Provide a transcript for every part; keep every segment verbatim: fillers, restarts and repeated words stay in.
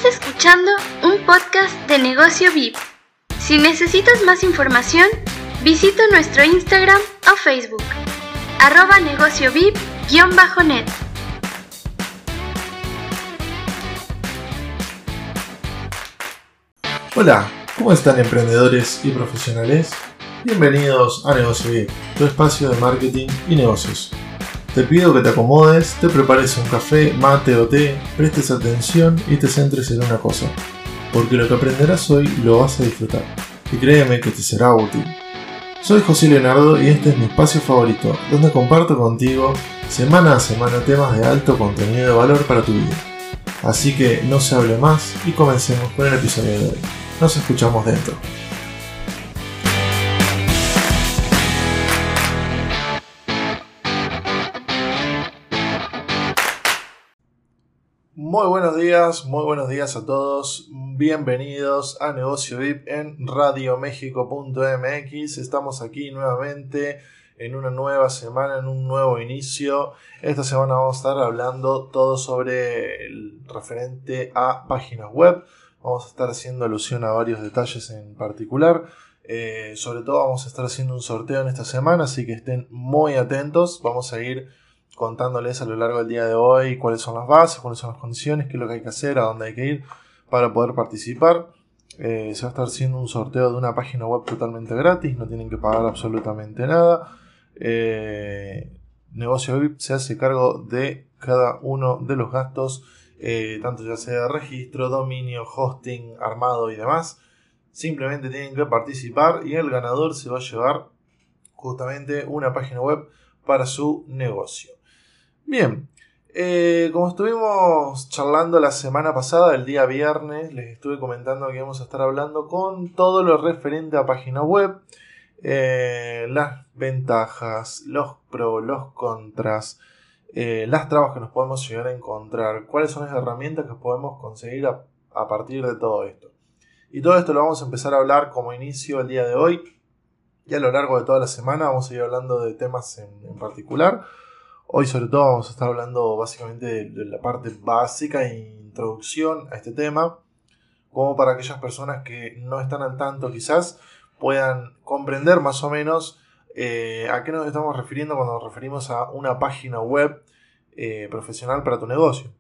Estás escuchando un podcast de Negocio V I P. Si necesitas más información, visita nuestro Instagram o Facebook, arroba negocio vip guión bajo net. Hola, ¿cómo están emprendedores y profesionales? Bienvenidos a Negocio V I P, tu espacio de marketing y negocios. Te pido que te acomodes, te prepares un café, mate o té, prestes atención y te centres en una cosa, porque lo que aprenderás hoy lo vas a disfrutar, y créeme que te será útil. Soy José Leonardo y este es mi espacio favorito, donde comparto contigo semana a semana temas de alto contenido de valor para tu vida. Así que no se hable más y comencemos con el episodio de hoy. Nos escuchamos dentro. Muy buenos días, muy buenos días a todos. Bienvenidos a Negocio V I P en radio méxico punto m x. Estamos aquí nuevamente en una nueva semana, en un nuevo inicio. Esta semana vamos a estar hablando todo sobre el referente a páginas web. Vamos a estar haciendo alusión a varios detalles en particular. Eh, sobre todo vamos a estar haciendo un sorteo en esta semana, así que estén muy atentos. Vamos a ir contándoles a lo largo del día de hoy cuáles son las bases, cuáles son las condiciones, qué es lo que hay que hacer, a dónde hay que ir para poder participar. Eh, se va a estar haciendo un sorteo de una página web totalmente gratis, no tienen que pagar absolutamente nada. Eh, Negocio V I P se hace cargo de cada uno de los gastos, eh, tanto ya sea registro, dominio, hosting, armado y demás. Simplemente tienen que participar y el ganador se va a llevar justamente una página web para su negocio. Bien, eh, como estuvimos charlando la semana pasada, el día viernes, les estuve comentando que íbamos a estar hablando con todo lo referente a página web, eh, las ventajas, los pros, los contras, eh, las trabas que nos podemos llegar a encontrar, cuáles son las herramientas que podemos conseguir a, a partir de todo esto. Y todo esto lo vamos a empezar a hablar como inicio el día de hoy, y a lo largo de toda la semana vamos a ir hablando de temas en, en particular. Hoy sobre todo vamos a estar hablando básicamente de, de la parte básica e introducción a este tema, como para aquellas personas que no están al tanto quizás puedan comprender más o menos eh, a qué nos estamos refiriendo cuando nos referimos a una página web eh, profesional para tu negocio.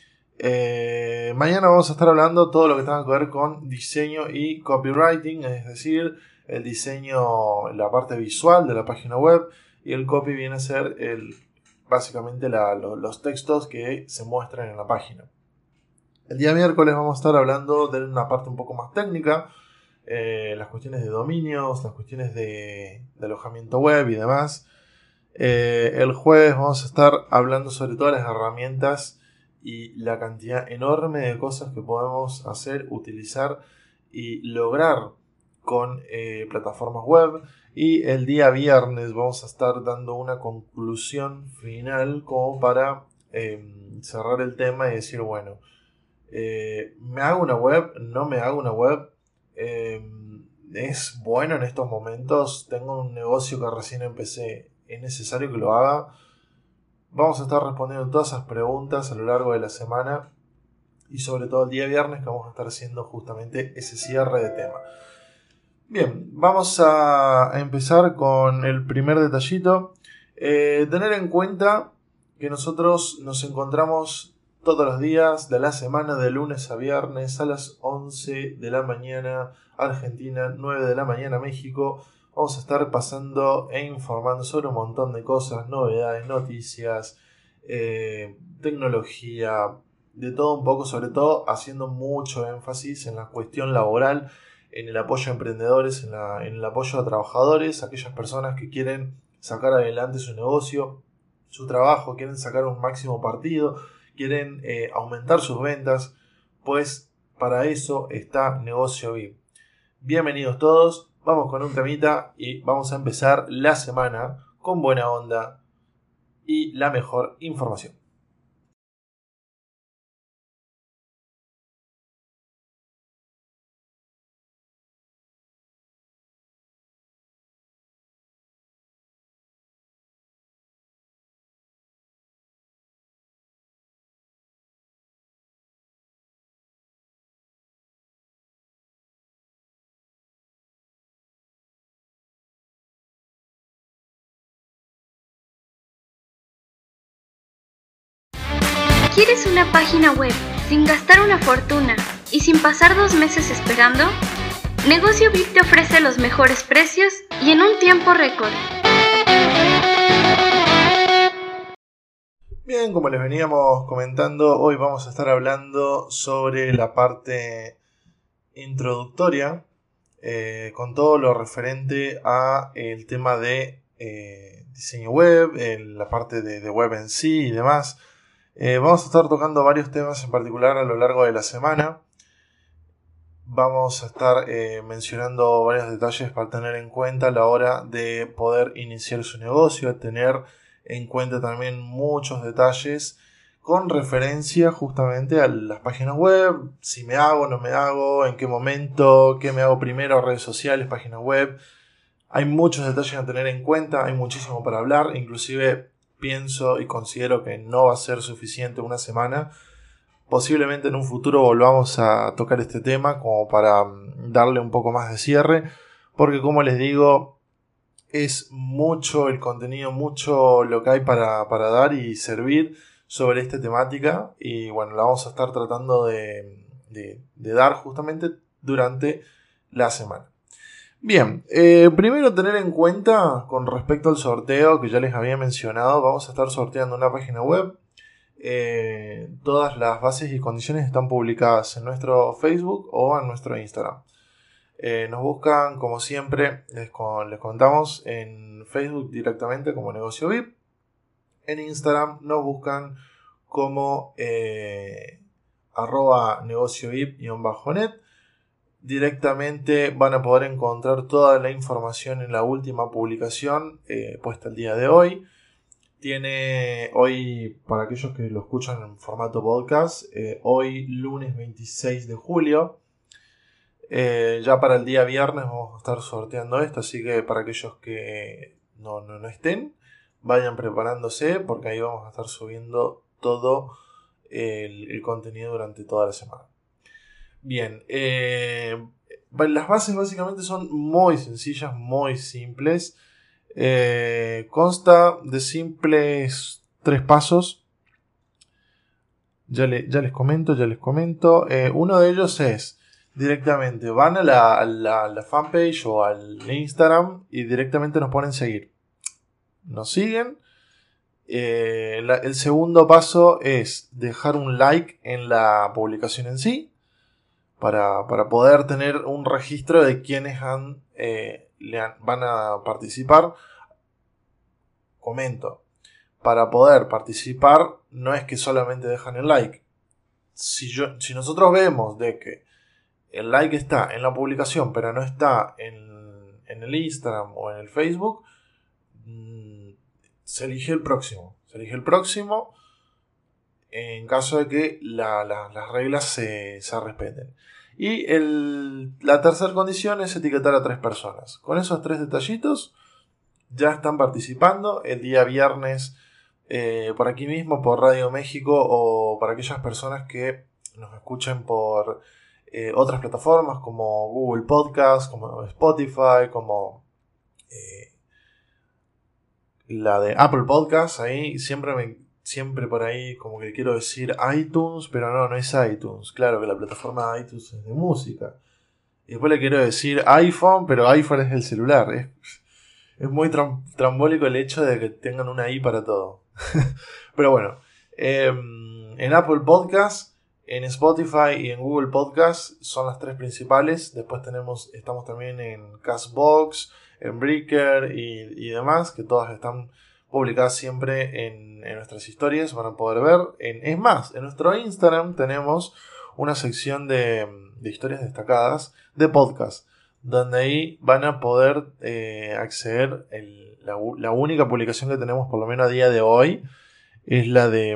Eh, mañana vamos a estar hablando todo lo que tenga que ver con diseño y copywriting, es decir, el diseño, la parte visual de la página web, y el copy viene a ser el básicamente la, lo, los textos que se muestran en la página. El día miércoles vamos a estar hablando de una parte un poco más técnica, eh, las cuestiones de dominios, las cuestiones de, de alojamiento web y demás. Eh, el jueves vamos a estar hablando sobre todas las herramientas y la cantidad enorme de cosas que podemos hacer, utilizar y lograr con eh, plataformas web. Y el día viernes vamos a estar dando una conclusión final como para eh, cerrar el tema y decir, bueno, eh, ¿me hago una web? ¿No me hago una web? Eh, ¿Es bueno en estos momentos? ¿Tengo un negocio que recién empecé? ¿Es necesario que lo haga? Vamos a estar respondiendo todas esas preguntas a lo largo de la semana y sobre todo el día viernes, que vamos a estar haciendo justamente ese cierre de tema. Bien, vamos a empezar con el primer detallito. Eh, tener en cuenta que nosotros nos encontramos todos los días de la semana, de lunes a viernes, a las once de la mañana Argentina, nueve de la mañana México. Vamos a estar pasando e informando sobre un montón de cosas, novedades, noticias, eh, tecnología, de todo un poco, sobre todo haciendo mucho énfasis en la cuestión laboral, en el apoyo a emprendedores, en, la, en el apoyo a trabajadores, aquellas personas que quieren sacar adelante su negocio, su trabajo, quieren sacar un máximo partido, quieren eh, aumentar sus ventas, pues para eso está Negocio V I P. Bienvenidos todos, vamos con un temita y vamos a empezar la semana con buena onda y la mejor información. ¿Quieres una página web sin gastar una fortuna y sin pasar dos meses esperando? Negocio V I P te ofrece los mejores precios y en un tiempo récord. Bien, como les veníamos comentando, hoy vamos a estar hablando sobre la parte introductoria eh, con todo lo referente a el tema de eh, diseño web, eh, la parte de, de web en sí y demás. Eh, vamos a estar tocando varios temas en particular a lo largo de la semana. Vamos a estar eh, mencionando varios detalles para tener en cuenta a la hora de poder iniciar su negocio, tener en cuenta también muchos detalles con referencia justamente a las páginas web, si me hago, no me hago, en qué momento, qué me hago primero, redes sociales, páginas web. Hay muchos detalles a tener en cuenta, hay muchísimo para hablar, inclusive pienso y considero que no va a ser suficiente una semana. Posiblemente en un futuro volvamos a tocar este tema como para darle un poco más de cierre, porque como les digo, es mucho el contenido, mucho lo que hay para, para dar y servir sobre esta temática, y bueno, la vamos a estar tratando de, de, de dar justamente durante la semana. Bien, eh, primero tener en cuenta con respecto al sorteo que ya les había mencionado, vamos a estar sorteando una página web. Eh, todas las bases y condiciones están publicadas en nuestro Facebook o en nuestro Instagram. Eh, nos buscan, como siempre, les, con, les contamos en Facebook directamente como Negocio V I P. En Instagram nos buscan como eh, arroba negocio vip-net. Directamente van a poder encontrar toda la información en la última publicación eh, puesta el día de hoy. Tiene hoy, para aquellos que lo escuchan en formato podcast, eh, hoy lunes veintiséis de julio. Eh, ya para el día viernes vamos a estar sorteando esto, así que para aquellos que no, no, no estén, vayan preparándose porque ahí vamos a estar subiendo todo el, el contenido durante toda la semana. Bien, eh, las bases básicamente son muy sencillas, muy simples. Eh, consta de simples tres pasos. Ya, le, ya les comento, ya les comento. Eh, uno de ellos es directamente van a la, a la, a la fanpage o al Instagram y directamente nos ponen seguir. Nos siguen. Eh, la, el segundo paso es dejar un like en la publicación en sí para, para poder tener un registro de quienes han, eh, le han, van a participar. Comento, para poder participar no es que solamente dejan el like. Si, yo, si nosotros vemos de que el like está en la publicación pero no está en, en el Instagram o en el Facebook, mmm, se elige el próximo. Se elige el próximo en caso de que la, la, las reglas se, se respeten. Y el, la tercera condición es etiquetar a tres personas. Con esos tres detallitos ya están participando el día viernes eh, por aquí mismo, por Radio México, o para aquellas personas que nos escuchen por eh, otras plataformas como Google Podcast, como Spotify, como eh, la de Apple Podcast. Ahí siempre me siempre por ahí como que quiero decir iTunes, pero no, no es iTunes. Claro que la plataforma de iTunes es de música. Y después le quiero decir iPhone, pero iPhone es el celular. Es, es muy tram, trambólico el hecho de que tengan una I para todo. Pero bueno, eh, en Apple Podcast, en Spotify y en Google Podcast son las tres principales. Después tenemos, estamos también en Castbox, en Breaker y, y demás, que todas están publicadas siempre en, en nuestras historias, van a poder ver. En, es más, en nuestro Instagram tenemos una sección de, de historias destacadas de podcast, donde ahí van a poder eh, acceder. El, la, la única publicación que tenemos, por lo menos a día de hoy, es la de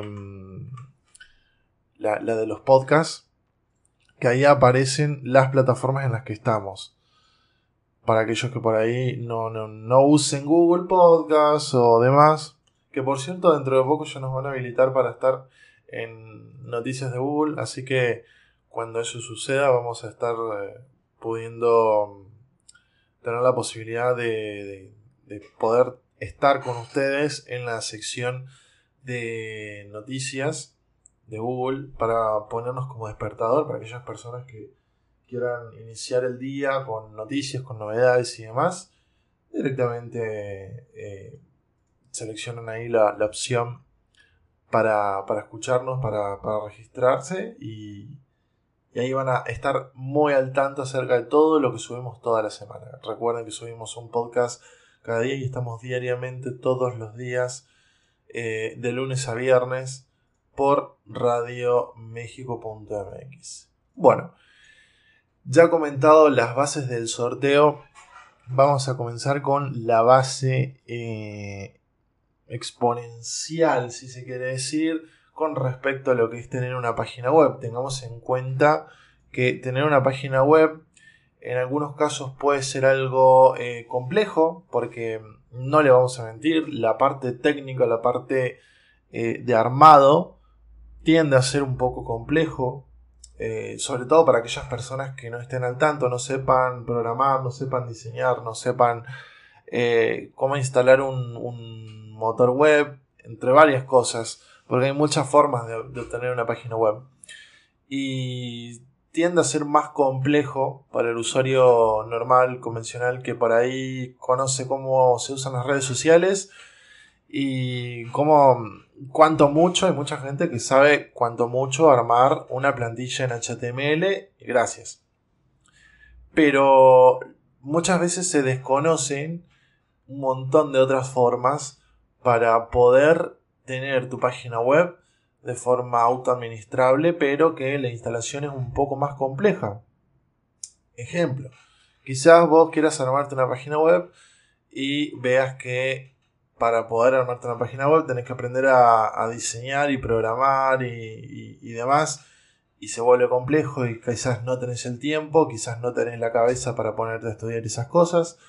la, la de los podcasts, que ahí aparecen las plataformas en las que estamos. Para aquellos que por ahí no, no, no usen Google Podcast o demás, que por cierto dentro de poco ya nos van a habilitar para estar en noticias de Google, así que cuando eso suceda vamos a estar eh, pudiendo tener la posibilidad de, de, de poder estar con ustedes en la sección de noticias de Google para ponernos como despertador para aquellas personas que quieran iniciar el día con noticias, con novedades y demás. Directamente eh, seleccionan ahí la, la opción para, para escucharnos, para, para registrarse y, y ahí van a estar muy al tanto acerca de todo lo que subimos toda la semana. Recuerden que subimos un podcast cada día y estamos diariamente todos los días eh, de lunes a viernes por radio méxico punto m x. Bueno, ya comentado las bases del sorteo, vamos a comenzar con la base eh, exponencial, si se quiere decir, con respecto a lo que es tener una página web. Tengamos en cuenta que tener una página web en algunos casos puede ser algo eh, complejo, porque no le vamos a mentir, la parte técnica, la parte eh, de armado tiende a ser un poco complejo, eh, sobre todo para aquellas personas que no estén al tanto, no sepan programar, no sepan diseñar, no sepan eh, cómo instalar un, un motor web, entre varias cosas, porque hay muchas formas de, de obtener una página web. Y tiende a ser más complejo para el usuario normal, convencional, que por ahí conoce cómo se usan las redes sociales y cómo, cuánto mucho, hay mucha gente que sabe cuánto mucho armar una plantilla en H T M L y gracias. Pero muchas veces se desconocen un montón de otras formas para poder tener tu página web de forma autoadministrable, pero que la instalación es un poco más compleja. Ejemplo, quizás vos quieras armarte una página web y veas que para poder armarte una página web tenés que aprender a, a diseñar y programar y, y, y demás, y se vuelve complejo y quizás no tenés el tiempo, quizás no tenés la cabeza para ponerte a estudiar esas cosas.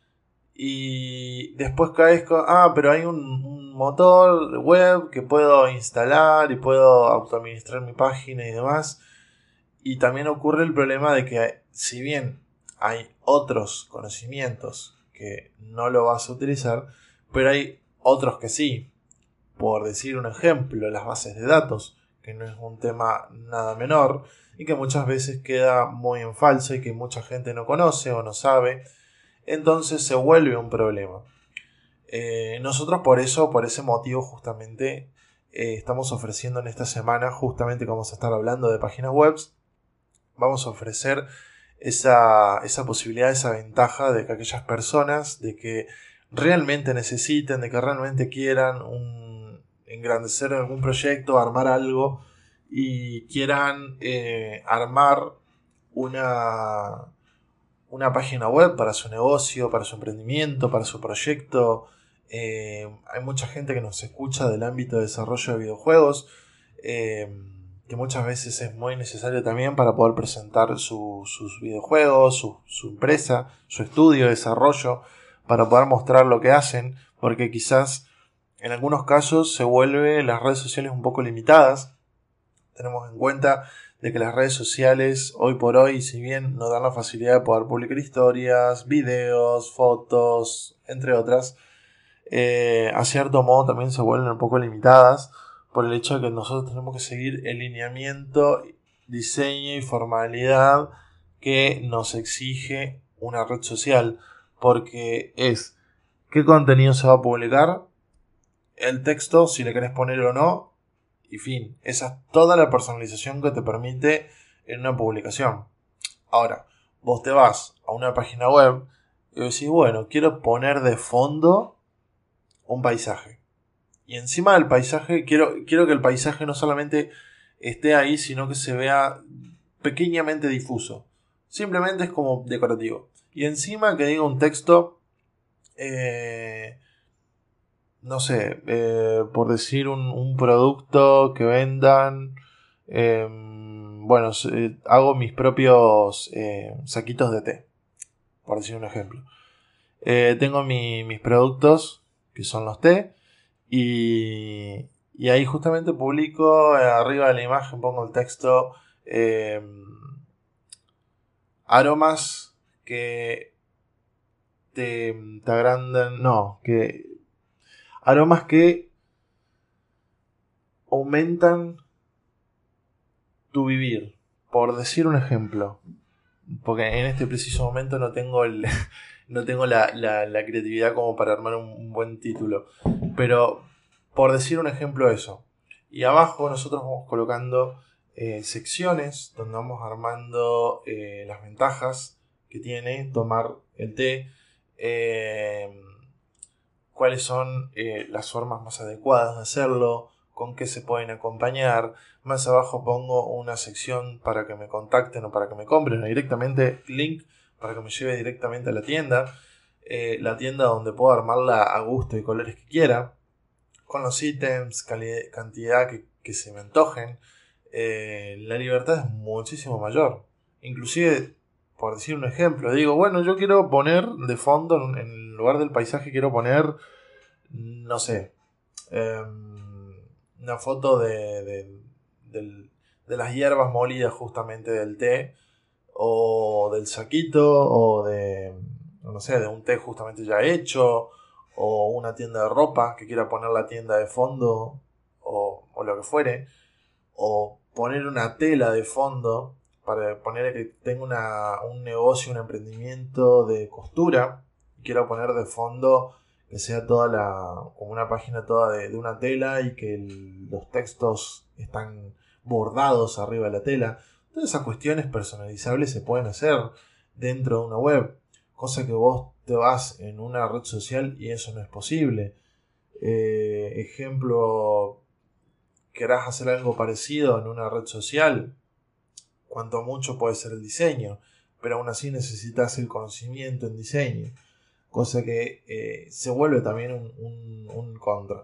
Y después caes con, ah, pero hay un, un motor web que puedo instalar y puedo autoadministrar mi página y demás. Y también ocurre el problema de que si bien hay otros conocimientos que no lo vas a utilizar, pero hay otros que sí. Por decir un ejemplo, las bases de datos, que no es un tema nada menor y que muchas veces queda muy en falso y que mucha gente no conoce o no sabe. Entonces se vuelve un problema. Eh, nosotros por eso, por ese motivo justamente, eh, estamos ofreciendo en esta semana, justamente que vamos a estar hablando de páginas web, vamos a ofrecer esa, esa posibilidad, esa ventaja de que aquellas personas, de que realmente necesiten, de que realmente quieran un, engrandecer algún proyecto, armar algo y quieran eh, armar una... una página web para su negocio, para su emprendimiento, para su proyecto. Eh, hay mucha gente que nos escucha del ámbito de desarrollo de videojuegos, eh, que muchas veces es muy necesario también para poder presentar su, sus videojuegos, su, su empresa, su estudio de desarrollo, para poder mostrar lo que hacen, porque quizás en algunos casos se vuelven las redes sociales un poco limitadas. Tenemos en cuenta de que las redes sociales hoy por hoy, si bien nos dan la facilidad de poder publicar historias, videos, fotos, entre otras, eh, a cierto modo también se vuelven un poco limitadas por el hecho de que nosotros tenemos que seguir el lineamiento, diseño y formalidad que nos exige una red social, porque es qué contenido se va a publicar, el texto, si le querés poner o no, y fin. Esa es toda la personalización que te permite en una publicación. Ahora, vos te vas a una página web y decís, bueno, quiero poner de fondo un paisaje. Y encima del paisaje, quiero, quiero que el paisaje no solamente esté ahí, sino que se vea pequeñamente difuso. Simplemente es como decorativo. Y encima que diga un texto... Eh, no sé, eh, por decir un, un producto que vendan, eh, bueno, eh, hago mis propios eh, saquitos de té, por decir un ejemplo. Eh, tengo mi, mis productos, que son los té, y, y ahí justamente publico, eh, arriba de la imagen pongo el texto, eh, aromas que te, te agrandan, no, que... aromas que aumentan tu vivir, por decir un ejemplo, porque en este preciso momento no tengo el no tengo la, la, la creatividad como para armar un, un buen título, pero por decir un ejemplo eso, y abajo nosotros vamos colocando eh, secciones donde vamos armando eh, las ventajas que tiene tomar el té, eh, cuáles son eh, las formas más adecuadas de hacerlo, con qué se pueden acompañar. Más abajo pongo una sección para que me contacten o para que me compren, o directamente link para que me lleve directamente a la tienda, eh, la tienda donde puedo armarla a gusto y colores que quiera, con los ítems, calidad, cantidad que, que se me antojen. Eh, la libertad es muchísimo mayor. Inclusive, por decir un ejemplo, digo, bueno, yo quiero poner de fondo, en, en lugar del paisaje, quiero poner, no sé, eh, una foto de, de, de, de las hierbas molidas justamente del té, o del saquito, o de, no sé, de un té justamente ya hecho, o una tienda de ropa que quiera poner la tienda de fondo, o, o lo que fuere, o poner una tela de fondo para poner que tenga una, un negocio, un emprendimiento de costura, y quiero poner de fondo que sea toda la, como una página toda de, de una tela y que el, los textos están bordados arriba de la tela. Todas esas cuestiones personalizables se pueden hacer dentro de una web, cosa que vos te vas en una red social y eso no es posible. Eh, ejemplo, querás hacer algo parecido en una red social, cuanto mucho puede ser el diseño, pero aún así necesitas el conocimiento en diseño, cosa que eh, se vuelve también un, un, un contra.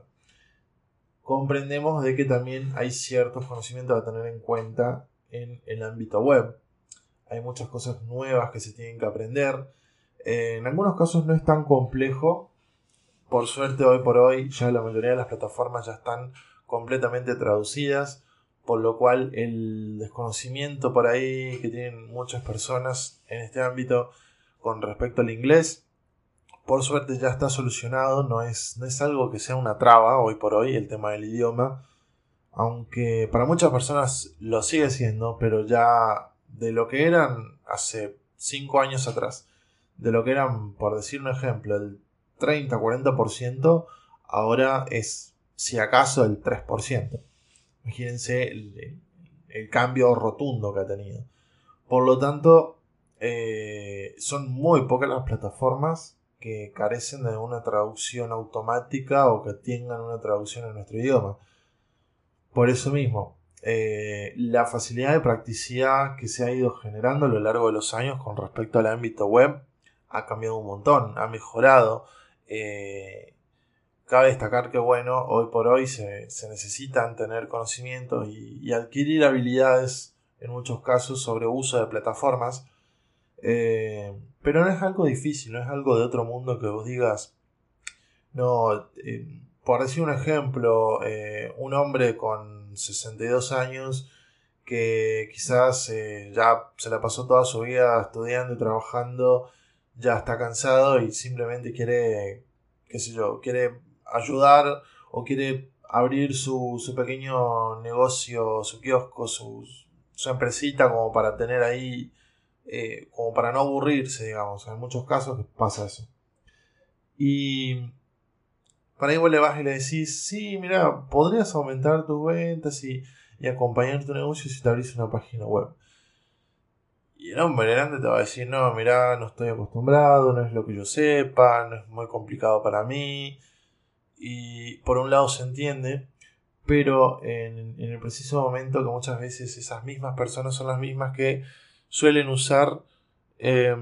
Comprendemos de que también hay ciertos conocimientos a tener en cuenta en el ámbito web. Hay muchas cosas nuevas que se tienen que aprender. Eh, en algunos casos no es tan complejo. Por suerte, hoy por hoy ya la mayoría de las plataformas ya están completamente traducidas, por lo cual el desconocimiento por ahí que tienen muchas personas en este ámbito con respecto al inglés, por suerte ya está solucionado. No es, no es algo que sea una traba hoy por hoy el tema del idioma, aunque para muchas personas lo sigue siendo, pero ya de lo que eran hace cinco años atrás, de lo que eran, por decir un ejemplo, el treinta a cuarenta por ciento, ahora es, si acaso, el tres por ciento. Imagínense el, el, el cambio rotundo que ha tenido. Por lo tanto, eh, son muy pocas las plataformas que carecen de una traducción automática o que tengan una traducción en nuestro idioma. Por eso mismo, eh, la facilidad de practicidad que se ha ido generando a lo largo de los años con respecto al ámbito web ha cambiado un montón, ha mejorado. Eh, cabe destacar que, bueno, hoy por hoy se, se necesitan tener conocimientos y, y adquirir habilidades en muchos casos sobre uso de plataformas. Eh, pero no es algo difícil, no es algo de otro mundo que vos digas, no, eh, por decir un ejemplo, eh, un hombre con sesenta y dos años que quizás eh, ya se la pasó toda su vida estudiando y trabajando, ya está cansado y simplemente quiere, qué sé yo, quiere ayudar o quiere abrir su, su pequeño negocio, su kiosco, su, su empresita como para tener ahí, eh, como para no aburrirse, digamos. En muchos casos pasa eso. Y para ahí vos le vas y le decís, sí, mira, podrías aumentar tus ventas y, y acompañar tu negocio si te abrís una página web. Y el hombre grande te va a decir, no, mira, no estoy acostumbrado, no es lo que yo sepa, no es muy complicado para mí. Y por un lado se entiende, pero en, en el preciso momento que muchas veces esas mismas personas son las mismas que suelen usar eh,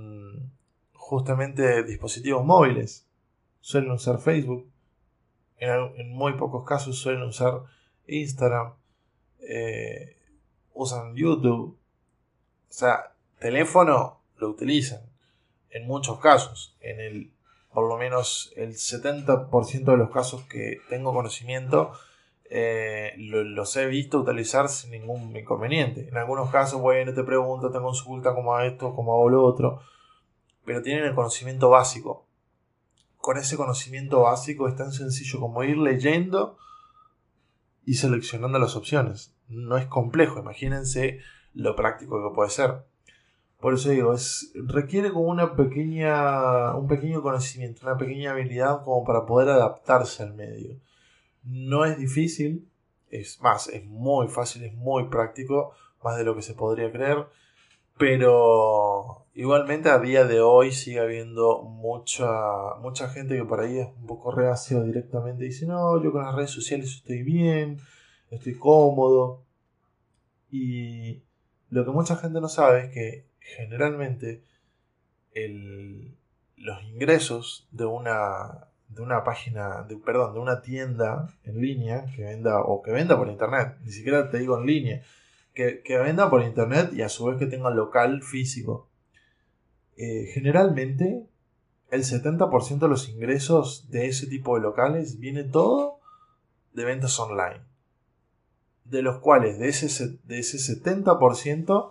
justamente dispositivos móviles. Suelen usar Facebook, en, en muy pocos casos suelen usar Instagram, eh, usan YouTube, o sea, teléfono lo utilizan en muchos casos. En el, por lo menos el setenta por ciento de los casos que tengo conocimiento, eh, lo, los he visto utilizar sin ningún inconveniente. En algunos casos, bueno, te pregunto, te consulta cómo hago esto, cómo hago lo otro, pero tienen el conocimiento básico. Con ese conocimiento básico es tan sencillo como ir leyendo y seleccionando las opciones. No es complejo, imagínense lo práctico que puede ser. Por eso digo, es, requiere como una pequeña, un pequeño conocimiento, una pequeña habilidad como para poder adaptarse al medio. No es difícil, es más, es muy fácil, es muy práctico, más de lo que se podría creer, pero igualmente a día de hoy sigue habiendo mucha, mucha gente que por ahí es un poco reacio directamente y dice, no, yo con las redes sociales estoy bien, estoy cómodo. Y lo que mucha gente no sabe es que generalmente el, los ingresos de una, de una página, de, perdón, de una tienda en línea que venda o que venda por internet, ni siquiera te digo en línea, que, que venda por internet y a su vez que tenga local físico. Eh, generalmente el setenta por ciento de los ingresos de ese tipo de locales viene todo de ventas online. De los cuales de ese, de ese setenta por ciento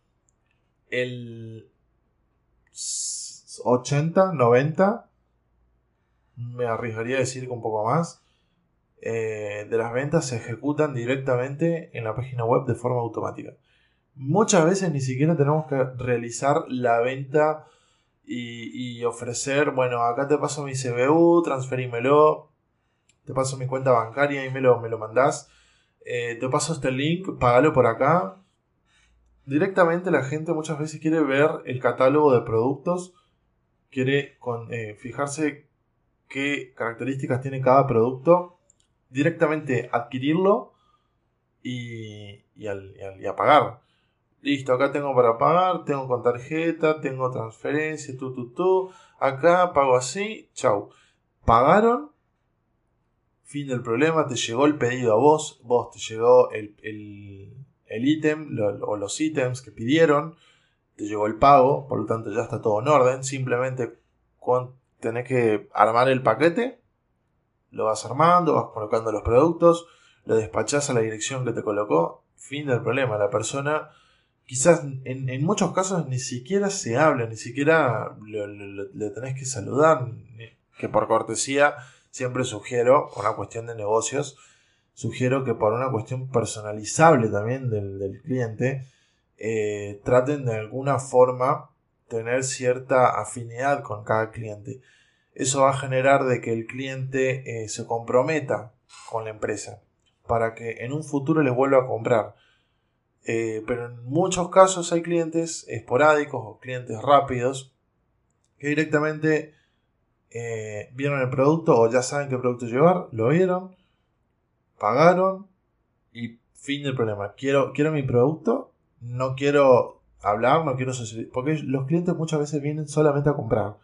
el ochenta, noventa, me arriesgaría a decir que un poco más, eh, de las ventas se ejecutan directamente en la página web de forma automática. Muchas veces ni siquiera tenemos que realizar la venta y, y ofrecer, bueno, acá te paso mi C B U, transferímelo, te paso mi cuenta bancaria y me lo, me lo mandás, eh, te paso este link, pagalo por acá. Directamente la gente muchas veces quiere ver el catálogo de productos, quiere con, eh, fijarse qué características tiene cada producto, directamente adquirirlo y, y, al, y, al, y a pagar. Listo, acá tengo para pagar, tengo con tarjeta, tengo transferencia, tu, tu, tu, acá pago así, chau. Pagaron, fin del problema, te llegó el pedido a vos, vos te llegó el... el el ítem lo, o los ítems que pidieron, te llegó el pago, por lo tanto ya está todo en orden, simplemente con, tenés que armar el paquete, lo vas armando, vas colocando los productos, lo despachás a la dirección que te colocó, fin del problema. La persona, quizás en, en muchos casos ni siquiera se habla, ni siquiera le, le, le tenés que saludar, que por cortesía siempre sugiero, por una cuestión de negocios, sugiero que por una cuestión personalizable también del, del cliente, eh, traten de alguna forma tener cierta afinidad con cada cliente. Eso va a generar de que el cliente eh, se comprometa con la empresa para que en un futuro les vuelva a comprar. Eh, pero en muchos casos hay clientes esporádicos o clientes rápidos que directamente eh, vieron el producto o ya saben qué producto llevar, lo vieron, pagaron y fin del problema. Quiero, quiero mi producto, no quiero hablar, no quiero socializar, porque los clientes muchas veces vienen solamente a comprar.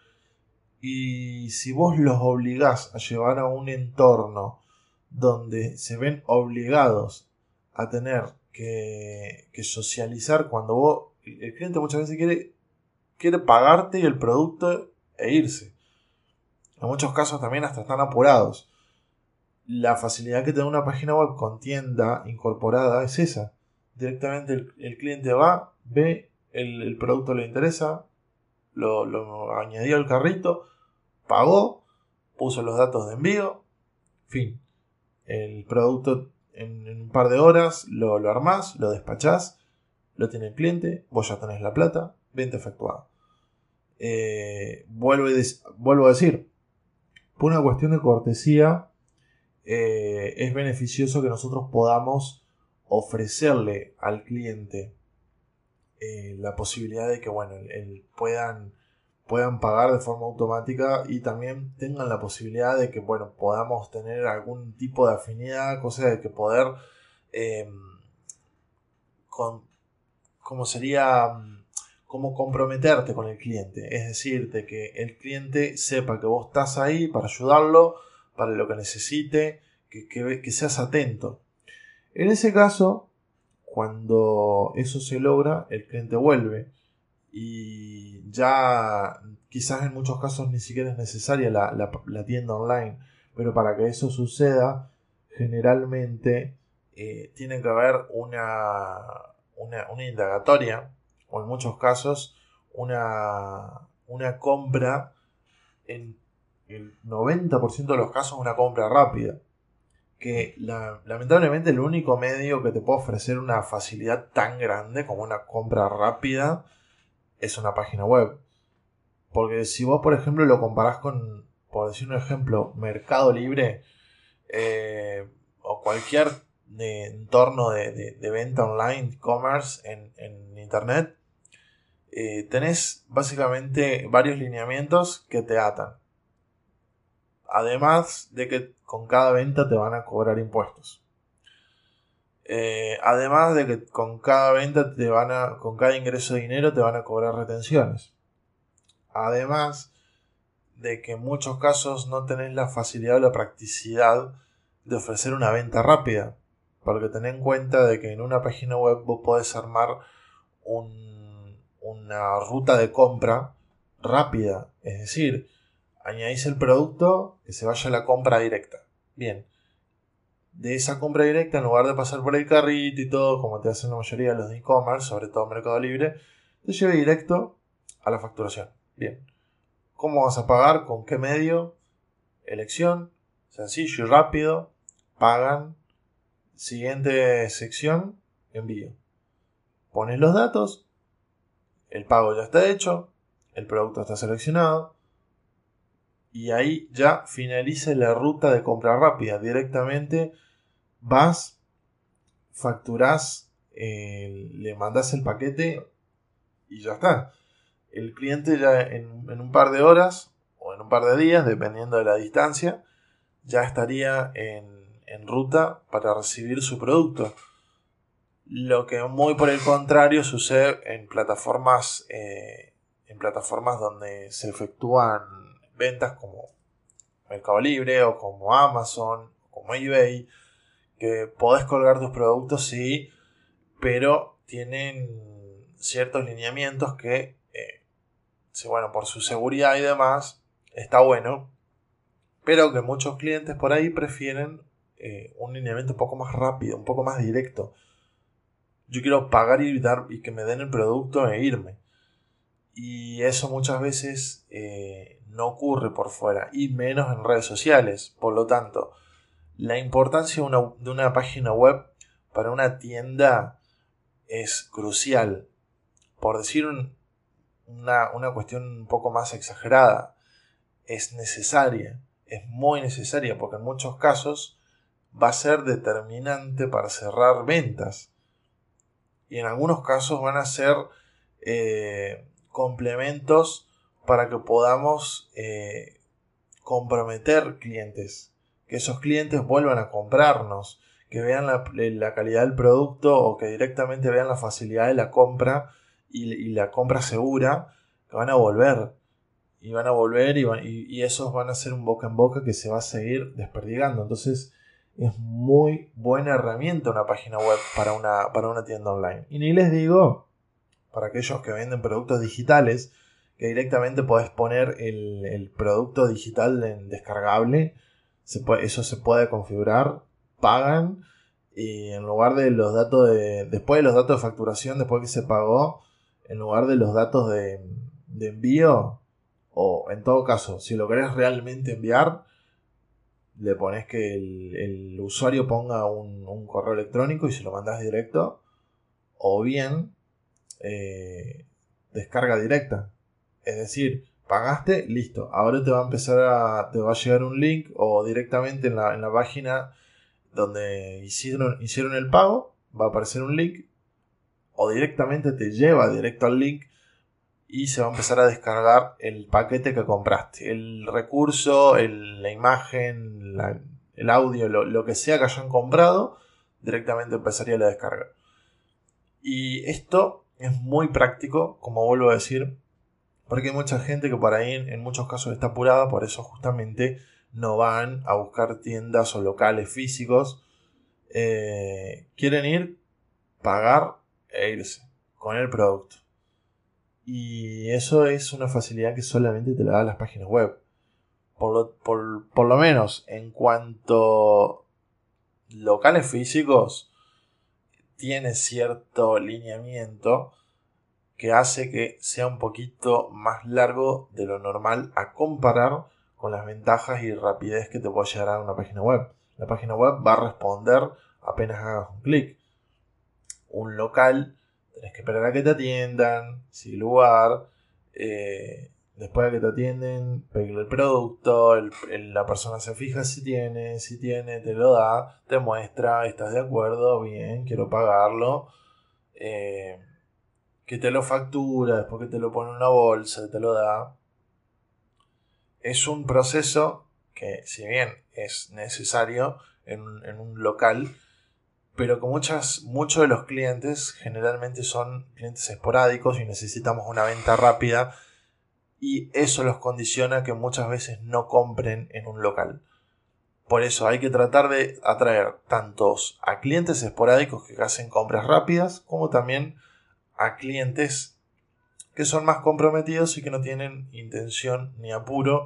Y si vos los obligás a llevar a un entorno donde se ven obligados a tener que, que socializar, cuando vos, el cliente muchas veces quiere, quiere pagarte el producto e irse. En muchos casos también hasta están apurados. La facilidad que te da una página web con tienda incorporada es esa. Directamente el, el cliente va, ve el, el producto le interesa, lo, lo añadió al carrito, pagó, puso los datos de envío, fin. El producto en, en un par de horas lo, lo armás, lo despachás, lo tiene el cliente, vos ya tenés la plata, venta efectuada. Eh, vuelvo, a de, vuelvo a decir, por una cuestión de cortesía, eh, es beneficioso que nosotros podamos ofrecerle al cliente eh, la posibilidad de que bueno, el, el puedan, puedan pagar de forma automática y también tengan la posibilidad de que bueno, podamos tener algún tipo de afinidad, cosa de que poder eh, con, como sería como comprometerte con el cliente, es decir, de que el cliente sepa que vos estás ahí para ayudarlo, para lo que necesite, que, que, que seas atento. En ese caso, cuando eso se logra, el cliente vuelve y ya quizás en muchos casos ni siquiera es necesaria la, la, la tienda online, pero para que eso suceda, generalmente eh, tiene que haber una, una, una indagatoria o en muchos casos una, una compra, en el noventa por ciento de los casos una compra rápida, que la, lamentablemente el único medio que te puede ofrecer una facilidad tan grande como una compra rápida es una página web. Porque si vos, por ejemplo, lo comparás con, por decir un ejemplo, Mercado Libre eh, o cualquier de entorno de, de, de venta online, e-commerce en, en internet, eh, tenés básicamente varios lineamientos que te atan. Además de que con cada venta te van a cobrar impuestos. Eh, además de que con cada venta te van a, con cada ingreso de dinero te van a cobrar retenciones. Además de que en muchos casos no tenés la facilidad o la practicidad de ofrecer una venta rápida. Porque ten en cuenta de que en una página web vos podés armar un, una ruta de compra rápida. Es decir, añadís el producto, que se vaya a la compra directa. Bien. De esa compra directa, en lugar de pasar por el carrito y todo, como te hacen la mayoría de los de e-commerce, sobre todo Mercado Libre, te lleva directo a la facturación. Bien. ¿Cómo vas a pagar? ¿Con qué medio? Elección. Sencillo y rápido. Pagan. Siguiente sección. Envío. Pones los datos. El pago ya está hecho. El producto está seleccionado. Y ahí ya finaliza la ruta de compra rápida. Directamente vas, facturás, eh, le mandás el paquete y ya está. El cliente ya en, en un par de horas o en un par de días, dependiendo de la distancia, ya estaría en, en ruta para recibir su producto. Lo que muy por el contrario sucede en plataformas, eh, en plataformas donde se efectúan ventas como Mercado Libre o como Amazon o como eBay, que podés colgar tus productos, sí, pero tienen ciertos lineamientos que, eh, sí, bueno, por su seguridad y demás, está bueno, pero que muchos clientes por ahí prefieren eh, un lineamiento un poco más rápido, un poco más directo. Yo quiero pagar y, dar, y que me den el producto e irme. Y eso muchas veces eh, no ocurre por fuera, y menos en redes sociales. Por lo tanto, la importancia de una, de una página web para una tienda es crucial. Por decir un, una, una cuestión un poco más exagerada, es necesaria, es muy necesaria, porque en muchos casos va a ser determinante para cerrar ventas. Y en algunos casos van a ser eh, complementos para que podamos eh, comprometer clientes. Que esos clientes vuelvan a comprarnos, que vean la, la calidad del producto o que directamente vean la facilidad de la compra y, y la compra segura, que van a volver. Y van a volver y, van, y, y esos van a ser un boca en boca que se va a seguir desperdigando. Entonces es muy buena herramienta una página web para una, para una tienda online. Y ni les digo para aquellos que venden productos digitales, que directamente podés poner el, el producto digital en descargable. Se puede, eso se puede configurar, pagan, y en lugar de los datos de, después de los datos de facturación, después que se pagó, en lugar de los datos de, de envío, o en todo caso, si lo querés realmente enviar, le pones que el, el usuario ponga un, un correo electrónico y se lo mandás directo, o bien eh, descarga directa. Es decir, pagaste, listo. Ahora te va a empezar a, te va a llegar un link, o directamente en la, en la página donde hicieron, hicieron el pago, va a aparecer un link, o directamente te lleva directo al link y se va a empezar a descargar el paquete que compraste. El recurso, el, la imagen, la, el audio, lo, lo que sea que hayan comprado, directamente empezaría la descarga. Y esto es muy práctico, como vuelvo a decir, porque hay mucha gente que por ahí en, en muchos casos está apurada, por eso justamente no van a buscar tiendas o locales físicos. Eh, quieren ir, pagar e irse con el producto. Y eso es una facilidad que solamente te la dan las páginas web. Por lo, por, por lo menos en cuanto locales físicos, tiene cierto lineamiento que hace que sea un poquito más largo de lo normal a comparar con las ventajas y rapidez que te puede llegar a una página web. la página web va a responder apenas hagas un clic. Un local, tenés que esperar a que te atiendan, sin lugar, eh, después de que te atienden, pedir el producto, el, el, la persona se fija si tiene, si tiene, te lo da, te muestra, estás de acuerdo, bien, quiero pagarlo, eh, que te lo factura, después que te lo pone en una bolsa, te lo da. Es un proceso que, si bien es necesario en, en un local, pero que muchas, muchos de los clientes generalmente son clientes esporádicos y necesitamos una venta rápida, y eso los condiciona a que muchas veces no compren en un local. Por eso hay que tratar de atraer tantos a clientes esporádicos que hacen compras rápidas, como también a clientes que son más comprometidos y que no tienen intención ni apuro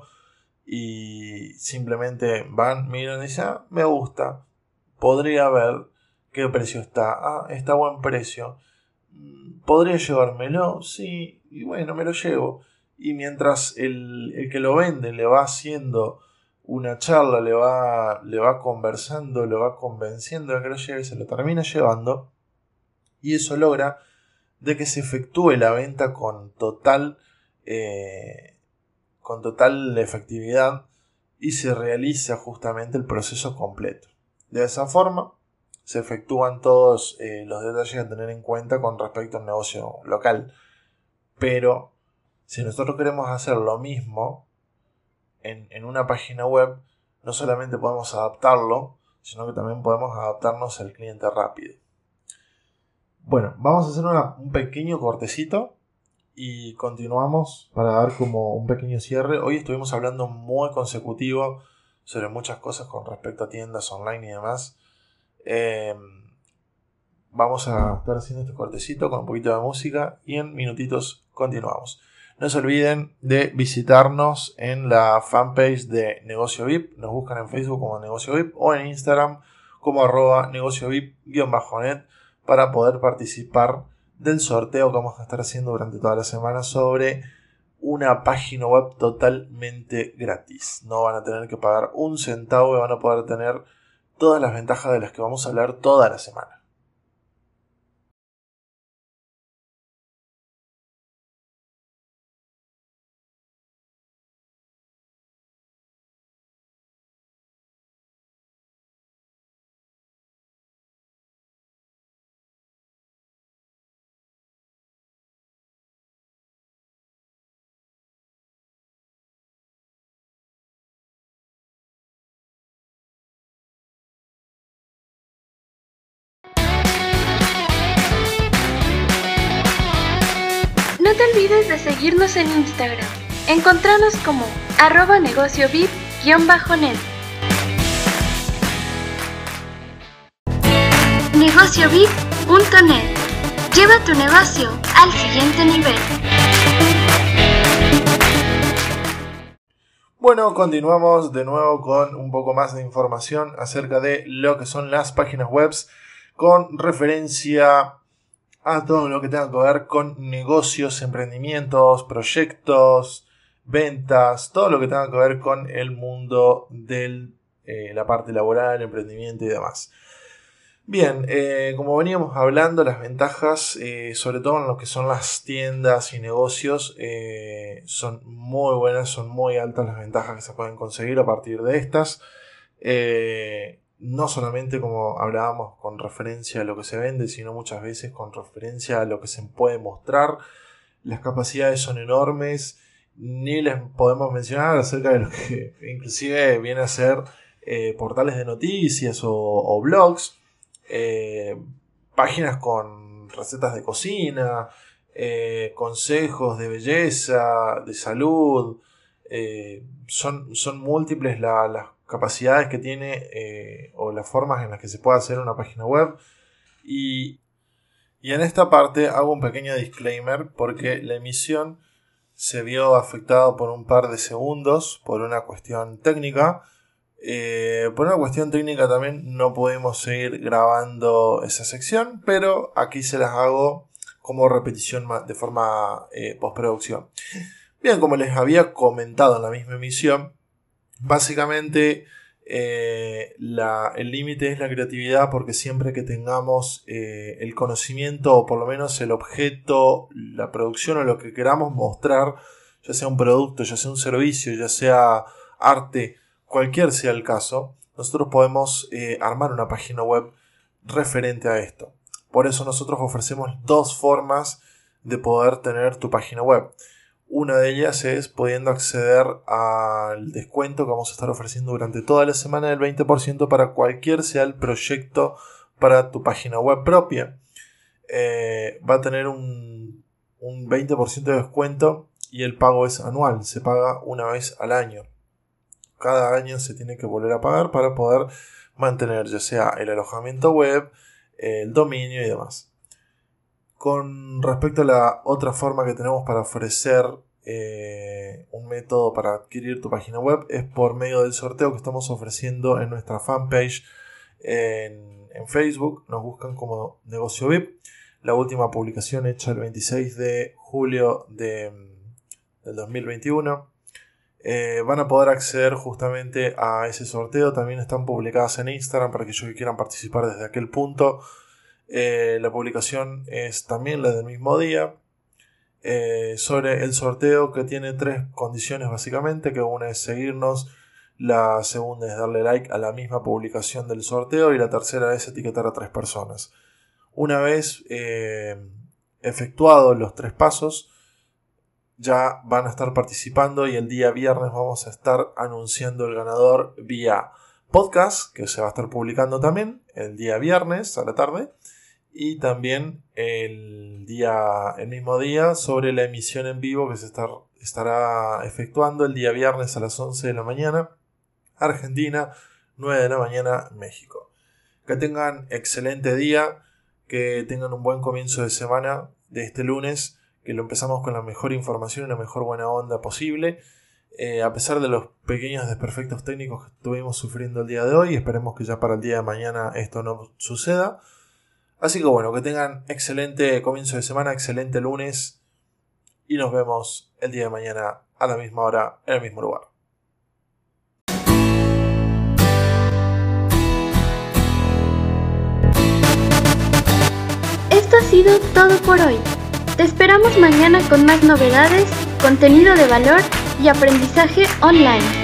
y simplemente van, miran y dicen, ah, me gusta, podría ver qué precio está, ah, está a buen precio, ¿podría llevármelo? Sí, y bueno, me lo llevo. Y mientras el, el que lo vende le va haciendo una charla, le va, le va conversando, lo va convenciendo de que lo lleve, se lo termina llevando, y eso logra de que se efectúe la venta con total, eh, con total efectividad y se realiza justamente el proceso completo. De esa forma se efectúan todos eh, los detalles a tener en cuenta con respecto al negocio local. Pero si nosotros queremos hacer lo mismo en, en una página web, no solamente podemos adaptarlo, sino que también podemos adaptarnos al cliente rápido. Bueno, vamos a hacer una, un pequeño cortecito y continuamos para dar como un pequeño cierre. Hoy estuvimos hablando muy consecutivo sobre muchas cosas con respecto a tiendas online y demás. Eh, vamos a estar haciendo este cortecito con un poquito de música y en minutitos continuamos. No se olviden de visitarnos en la fanpage de Negocio V I P. Nos buscan en Facebook como Negocio V I P o en Instagram como arroba negocio V I P guión bajo net para poder participar del sorteo que vamos a estar haciendo durante toda la semana sobre una página web totalmente gratis. No van a tener que pagar un centavo y van a poder tener todas las ventajas de las que vamos a hablar toda la semana. No te olvides de seguirnos en Instagram. Encontranos como arroba negocio vip guión bajo net. negocio vip punto net. Lleva tu negocio al siguiente nivel. Bueno, continuamos de nuevo con un poco más de información acerca de lo que son las páginas web con referencia a todo lo que tenga que ver con negocios, emprendimientos, proyectos, ventas, todo lo que tenga que ver con el mundo de eh, la parte laboral, emprendimiento y demás. Bien, eh, como veníamos hablando, las ventajas, eh, sobre todo en lo que son las tiendas y negocios, eh, son muy buenas, son muy altas las ventajas que se pueden conseguir a partir de estas. Eh, no solamente como hablábamos con referencia a lo que se vende, sino muchas veces con referencia a lo que se puede mostrar. Las capacidades son enormes, ni les podemos mencionar acerca de lo que inclusive viene a ser eh, portales de noticias o, o blogs. Eh, páginas con recetas de cocina, eh, consejos de belleza, de salud, eh, son, son múltiples la, las capacidades que tiene eh, o las formas en las que se puede hacer una página web. Y, y en esta parte hago un pequeño disclaimer porque la emisión se vio afectada por un par de segundos por una cuestión técnica. Eh, por una cuestión técnica también no pudimos seguir grabando esa sección, pero aquí se las hago como repetición de forma eh, postproducción. Bien, como les había comentado en la misma emisión, básicamente Eh, la, el límite es la creatividad, porque siempre que tengamos eh, el conocimiento, o por lo menos el objeto, la producción o lo que queramos mostrar, ya sea un producto, ya sea un servicio, ya sea arte, cualquier sea el caso, nosotros podemos eh, armar una página web referente a esto. Por eso nosotros ofrecemos dos formas de poder tener tu página web. Una de ellas es pudiendo acceder al descuento que vamos a estar ofreciendo durante toda la semana del veinte por ciento para cualquier sea el proyecto para tu página web propia. Eh, va a tener un, un veinte por ciento de descuento y el pago es anual, se paga una vez al año. Cada año se tiene que volver a pagar para poder mantener ya sea el alojamiento web, el dominio y demás. Con respecto a la otra forma que tenemos para ofrecer eh, un método para adquirir tu página web, es por medio del sorteo que estamos ofreciendo en nuestra fanpage en, en Facebook. Nos buscan como Negocio V I P. La última publicación hecha el veintiséis de julio de, del dos mil veintiuno. Eh, van a poder acceder justamente a ese sorteo. También están publicadas en Instagram para aquellos que quieran participar desde aquel punto. Eh, la publicación es también la del mismo día, eh, sobre el sorteo, que tiene tres condiciones básicamente, que una es seguirnos, la segunda es darle like a la misma publicación del sorteo y la tercera es etiquetar a tres personas. Una vez eh, efectuados los tres pasos, ya van a estar participando y el día viernes vamos a estar anunciando el ganador vía podcast, que se va a estar publicando también el día viernes a la tarde, y también el día el mismo día sobre la emisión en vivo que se estar, estará efectuando el día viernes a las once de la mañana Argentina, nueve de la mañana México. Que tengan excelente día, que tengan un buen comienzo de semana de este lunes, que lo empezamos con la mejor información y la mejor buena onda posible. Eh, a pesar de los pequeños desperfectos técnicos que estuvimos sufriendo el día de hoy, esperemos que ya para el día de mañana esto no suceda. Así que bueno, que tengan excelente comienzo de semana, excelente lunes, y nos vemos el día de mañana a la misma hora, en el mismo lugar. Esto ha sido todo por hoy. Te esperamos mañana con más novedades, contenido de valor y aprendizaje online.